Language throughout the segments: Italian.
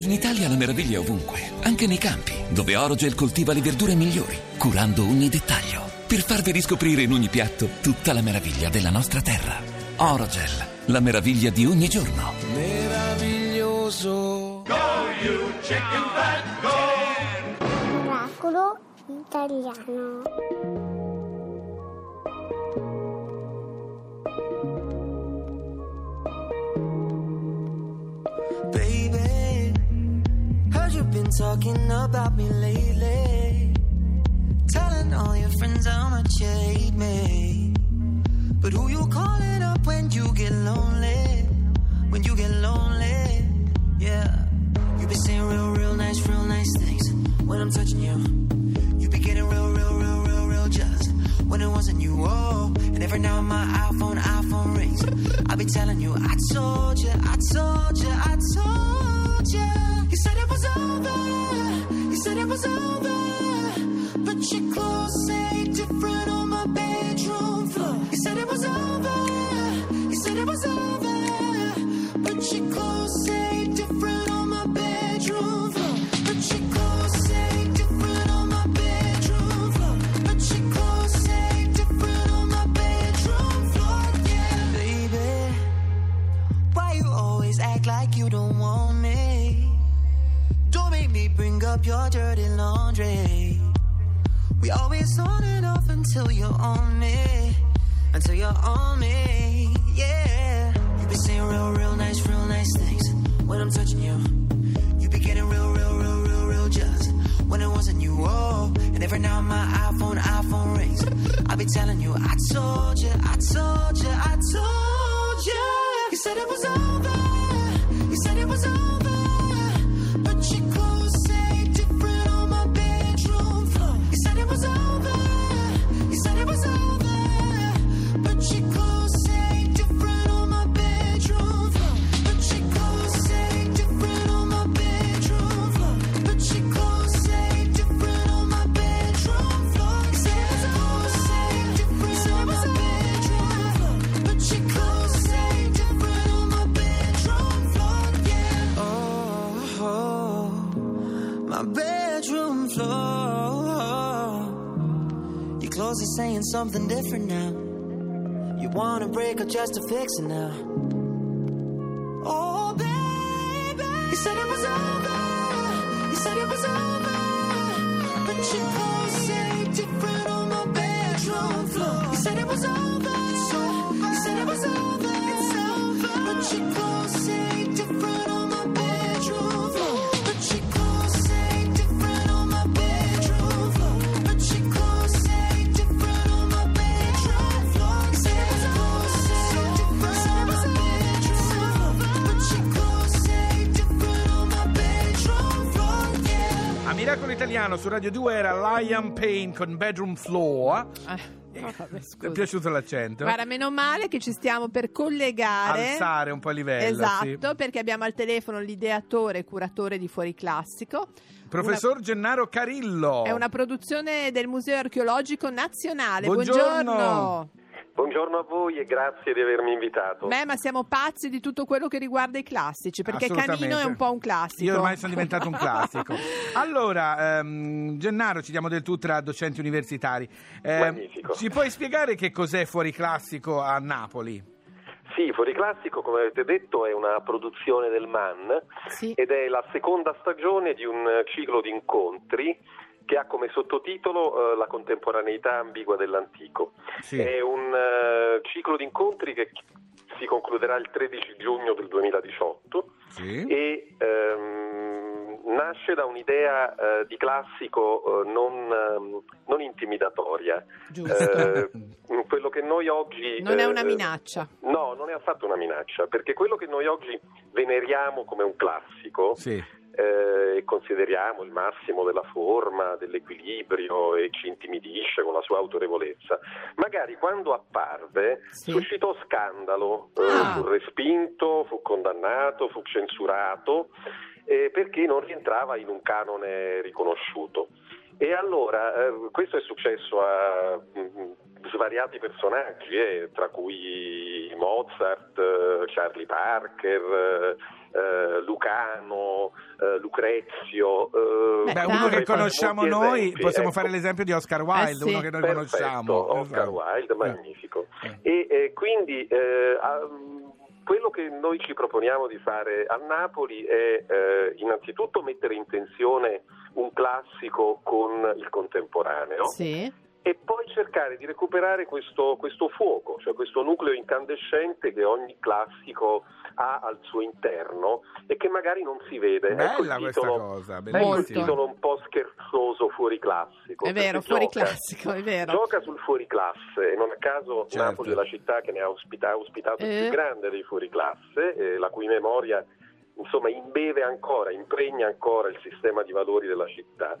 In Italia la meraviglia è ovunque, anche nei campi, dove Orogel coltiva le verdure migliori, curando ogni dettaglio, per farvi riscoprire in ogni piatto tutta la meraviglia della nostra terra. Orogel, la meraviglia di ogni giorno. Meraviglioso. Go you chicken fat, go! Oracolo italiano. Baby, heard you've been talking about me lately, telling all your friends how much you hate me. But who you calling up when you get lonely? When you get lonely, yeah. You be saying real nice things when I'm touching you. You be getting real jealous when it wasn't you. Oh, and every now my iPhone rings. I be telling you, I told you. You said it was over. But your clothes say different on my bedroom floor. You said it was over. But your clothes say different on my bedroom floor. But your clothes say different on my bedroom floor. But your clothes say different on my bedroom floor. Yeah, baby, why you always act like you don't want me? Don't make me bring up your dirty laundry. We always on and off until you're on me. Yeah. You be saying real nice things when I'm touching you. You be getting real jealous when it wasn't you. Oh, and every now my iPhone rings. I be telling you, I told you. You said it was over. But your clothes say different on my bedroom floor. You said it was over. But your clothes say different on my bedroom floor. But your clothes say different on my bedroom floor. But your clothes say different on my bedroom floor. You said it was different on my bedroom floor. But your clothes say different on my bedroom floor. Yeah. Oh, my bedroom floor. Your clothes are saying something different now. You wanna break up just to fix it now. Oh, baby, you said it was over. But your clothes say different on my bedroom floor. You said it was over. But your clothes say different on my bedroom floor. But your clothes say different on my bedroom floor. But your clothes say different on my bedroom floor. You said it was different on my bedroom floor. But your clothes say different on my bedroom floor. Yeah. A Miracolo Italiano su Radio 2 era Liam Payne con Bedroom Floor. Vabbè, Ti è piaciuto l'accento? Guarda, meno male che ci stiamo per collegare, Alzare un po' il livello. esatto, sì. perché abbiamo al telefono l'ideatore e curatore di Fuori Classico. Professor Gennaro Carillo. È una produzione del Museo Archeologico Nazionale. Buongiorno. Buongiorno a voi e grazie di avermi invitato. Beh, ma siamo pazzi di tutto quello che riguarda i classici, perché Assolutamente. Canino è un po' un classico. Io ormai sono diventato un classico. Allora, Gennaro, ci diamo del tu tra docenti universitari. Magnifico. Ci puoi spiegare che cos'è Fuori Classico a Napoli? Sì, Fuori Classico, come avete detto, è una produzione del MAN Sì. ed è la seconda stagione di un ciclo di incontri che ha come sottotitolo la contemporaneità ambigua dell'antico. Sì. È un ciclo di incontri che si concluderà il 13 giugno del 2018 Sì. e nasce da un'idea di classico non intimidatoria. Giusto. Quello che noi oggi... Non è una minaccia. No, non è affatto una minaccia, perché quello che noi oggi veneriamo come un classico Sì. e consideriamo il massimo della forma, dell'equilibrio e ci intimidisce con la sua autorevolezza, magari quando apparve Sì. suscitò scandalo, fu respinto, fu condannato, fu censurato perché non rientrava in un canone riconosciuto. E allora questo è successo a svariati personaggi, tra cui Mozart, Charlie Parker, Lucano, Lucrezio. Beh, uno che conosciamo molti noi, esempi, possiamo ecco. fare l'esempio di Oscar Wilde, sì. uno che noi Perfetto, conosciamo. Oscar Wilde, magnifico. E quindi quello che noi ci proponiamo di fare a Napoli è innanzitutto mettere in tensione un classico con il contemporaneo. Sì. E poi cercare di recuperare questo fuoco, cioè questo nucleo incandescente che ogni classico ha al suo interno e che magari non si vede. Bella questa cosa, Ecco il bellissima. titolo un po' scherzoso, fuori classico. È vero, perché fuori gioca- classico, è vero. Gioca sul fuori classe, e non a caso Certo. Napoli è la città che ne ha ospitato il più grande dei fuori classe, la cui memoria insomma impregna ancora il sistema di valori della città.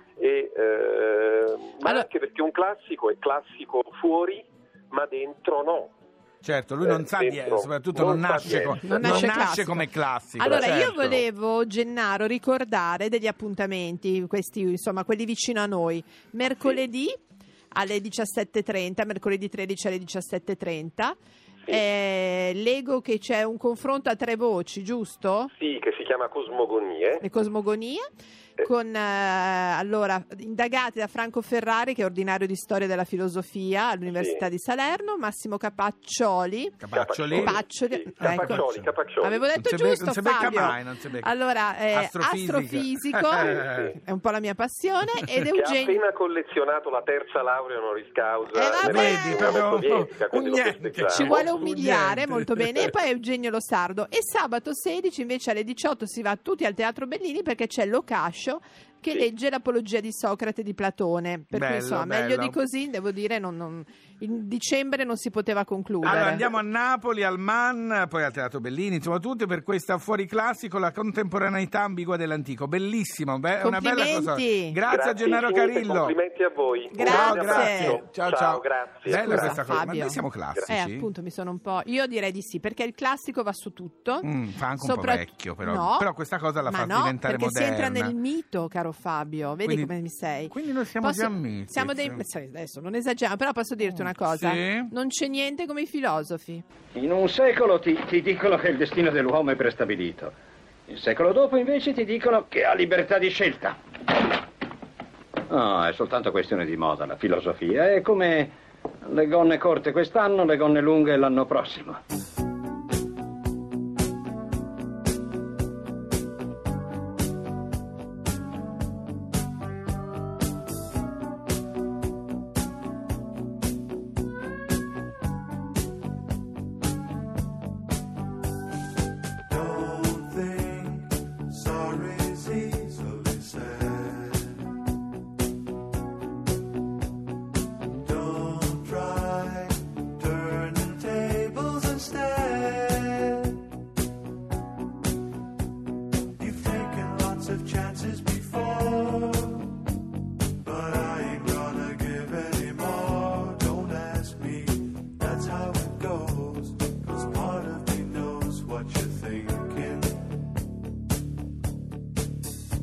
Ma Allora- anche perché un classico è classico fuori, ma dentro no. Certo, lui non sa dentro soprattutto non non sa nasce, niente. Non nasce classico. come classico. Allora, io certo. volevo, Gennaro, ricordare degli appuntamenti, questi, insomma, quelli vicino a noi. Mercoledì alle 17.30, mercoledì 13 alle 17.30. Leggo che c'è un confronto a 3 voci, giusto? Sì, che si chiama Cosmogonie. Le cosmogonie. Con allora indagati da Franco Ferrari, che è ordinario di storia della filosofia all'Università di Salerno, Massimo Capaccioli. Capaccioli. Ecco. Capaccioli. Avevo detto Non si giusto, non si becca Fabio. mai, non si becca. Allora, Astrofisica. astrofisico, è un po' la mia passione, ed Che ha Eugenio. appena collezionato la terza laurea honoris causa vabbè. Vedi, nella proprio sovietica, quindi un lo niente. festeggiamo. Ci vuole Un umiliare, niente. molto bene. E poi Eugenio Losardo. E sabato 16 invece alle 18 si va tutti al Teatro Bellini, perché c'è Locascio che legge l'Apologia di Socrate di Platone. Per Bello, cui insomma, meglio bello. di così, devo dire, in dicembre non si poteva concludere. Allora andiamo a Napoli, al MAN, poi al Teatro Bellini, insomma tutti per questa fuori classico, la contemporaneità ambigua dell'antico. Bellissimo, una bella cosa. Complimenti. Grazie a Gennaro infinite, Carillo. Complimenti a voi. Grazie. Ciao, Un grazie. abbraccio. Ciao. Grazie. Bella Scusa, questa cosa. Ma Fabio. noi siamo classici. Appunto, mi sono un po'. Io direi di sì, perché il classico va su tutto. Fa anche un po' vecchio, però. No, Però questa cosa la ma fa no, diventare perché moderna. si entra nel mito, caro Fabio. Vedi Quindi- come mi sei. Quindi noi siamo già miti. Siamo dei. Adesso non esageriamo, però posso dirti una cosa. Sì. Non c'è niente come i filosofi. In un secolo ti dicono che il destino dell'uomo è prestabilito. Il secolo dopo invece ti dicono che ha libertà di scelta. No, è soltanto questione di moda la filosofia. È come le gonne corte quest'anno, le gonne lunghe l'anno prossimo. Don't think sorry's easily said. Don't try turning tables instead. You've taken lots of chances before, but I ain't gonna give any more. Don't ask me, that's how it goes. 'Cause part of me knows what you're thinking.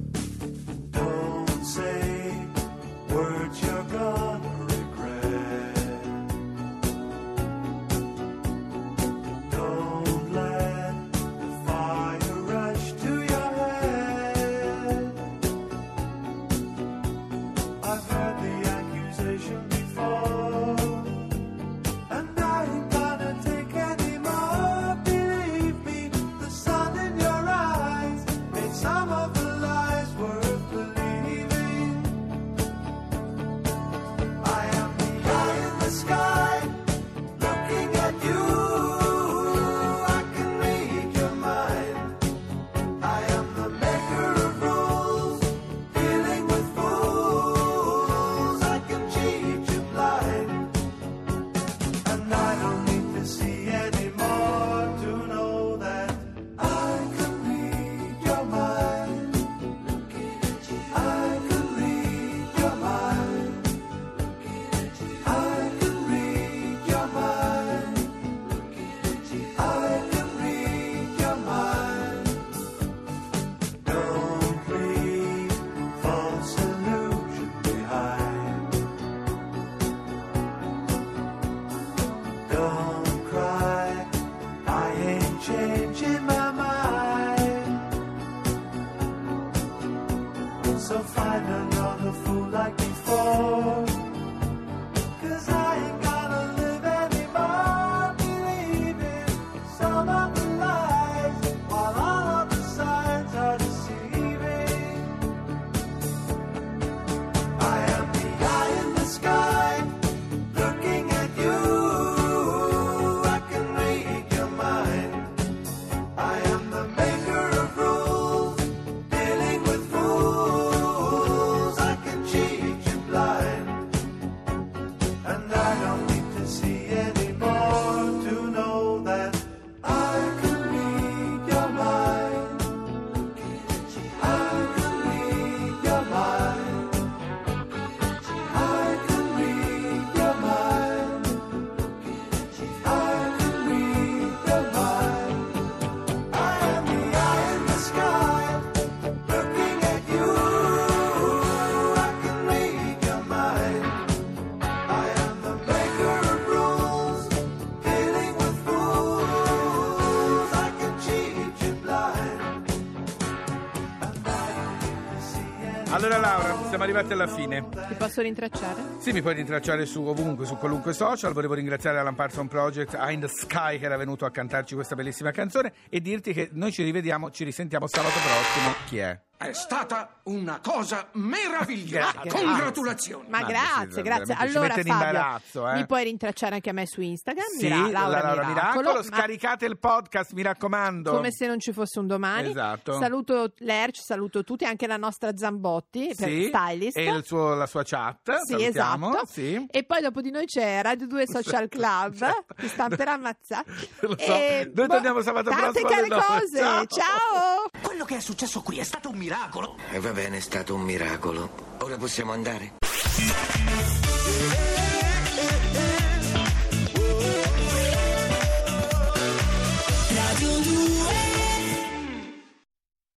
So find another fool like before. 'Cause I ain't gotta live anymore believing some of the lies, while all of the signs are deceiving. I am the eye in the sky, looking at you. I can read your mind. I am the maker of rules, dealing with fools. I can cheat you blind. And I don't need to see anymore to know that I can read your mind. I can read your mind. I can read your mind. I can read your mind. I am the eye in the sky, looking at you. I can read your mind. I am the maker of rules, dealing with fools. I can cheat you blind. And I don't need to see any. Allora Laura, siamo arrivati alla fine. Ti posso rintracciare? Sì, mi puoi rintracciare su ovunque, su qualunque social. Volevo ringraziare Alan Parsons Project, Eye in the Sky, che era venuto a cantarci questa bellissima canzone, e dirti che noi ci risentiamo sabato prossimo. Chi è? È stata una cosa meravigliosa. Grazie. Congratulazioni. Ma Ma grazie, sì, grazie. veramente ci Allora mette in Fabio, imbarazzo, mi puoi rintracciare anche a me su Instagram, Sì, Laura Miracolo, ma scaricate il podcast, mi raccomando. come se non ci fosse un domani. Esatto. Saluto Lerch, saluto tutti, anche la nostra Zambotti, per Sì, stylist. e la sua chat. Sì, salutiamo. esatto. Sì. E poi dopo di noi c'è Radio 2 Social Club, che sta per ammazzare. Lo so. Noi torniamo sabato tante prossimo alle care 9. cose. Ciao. Ciao. Quello che è successo qui è stato un miracolo. E va bene, è stato un miracolo. Ora possiamo andare? Yeah.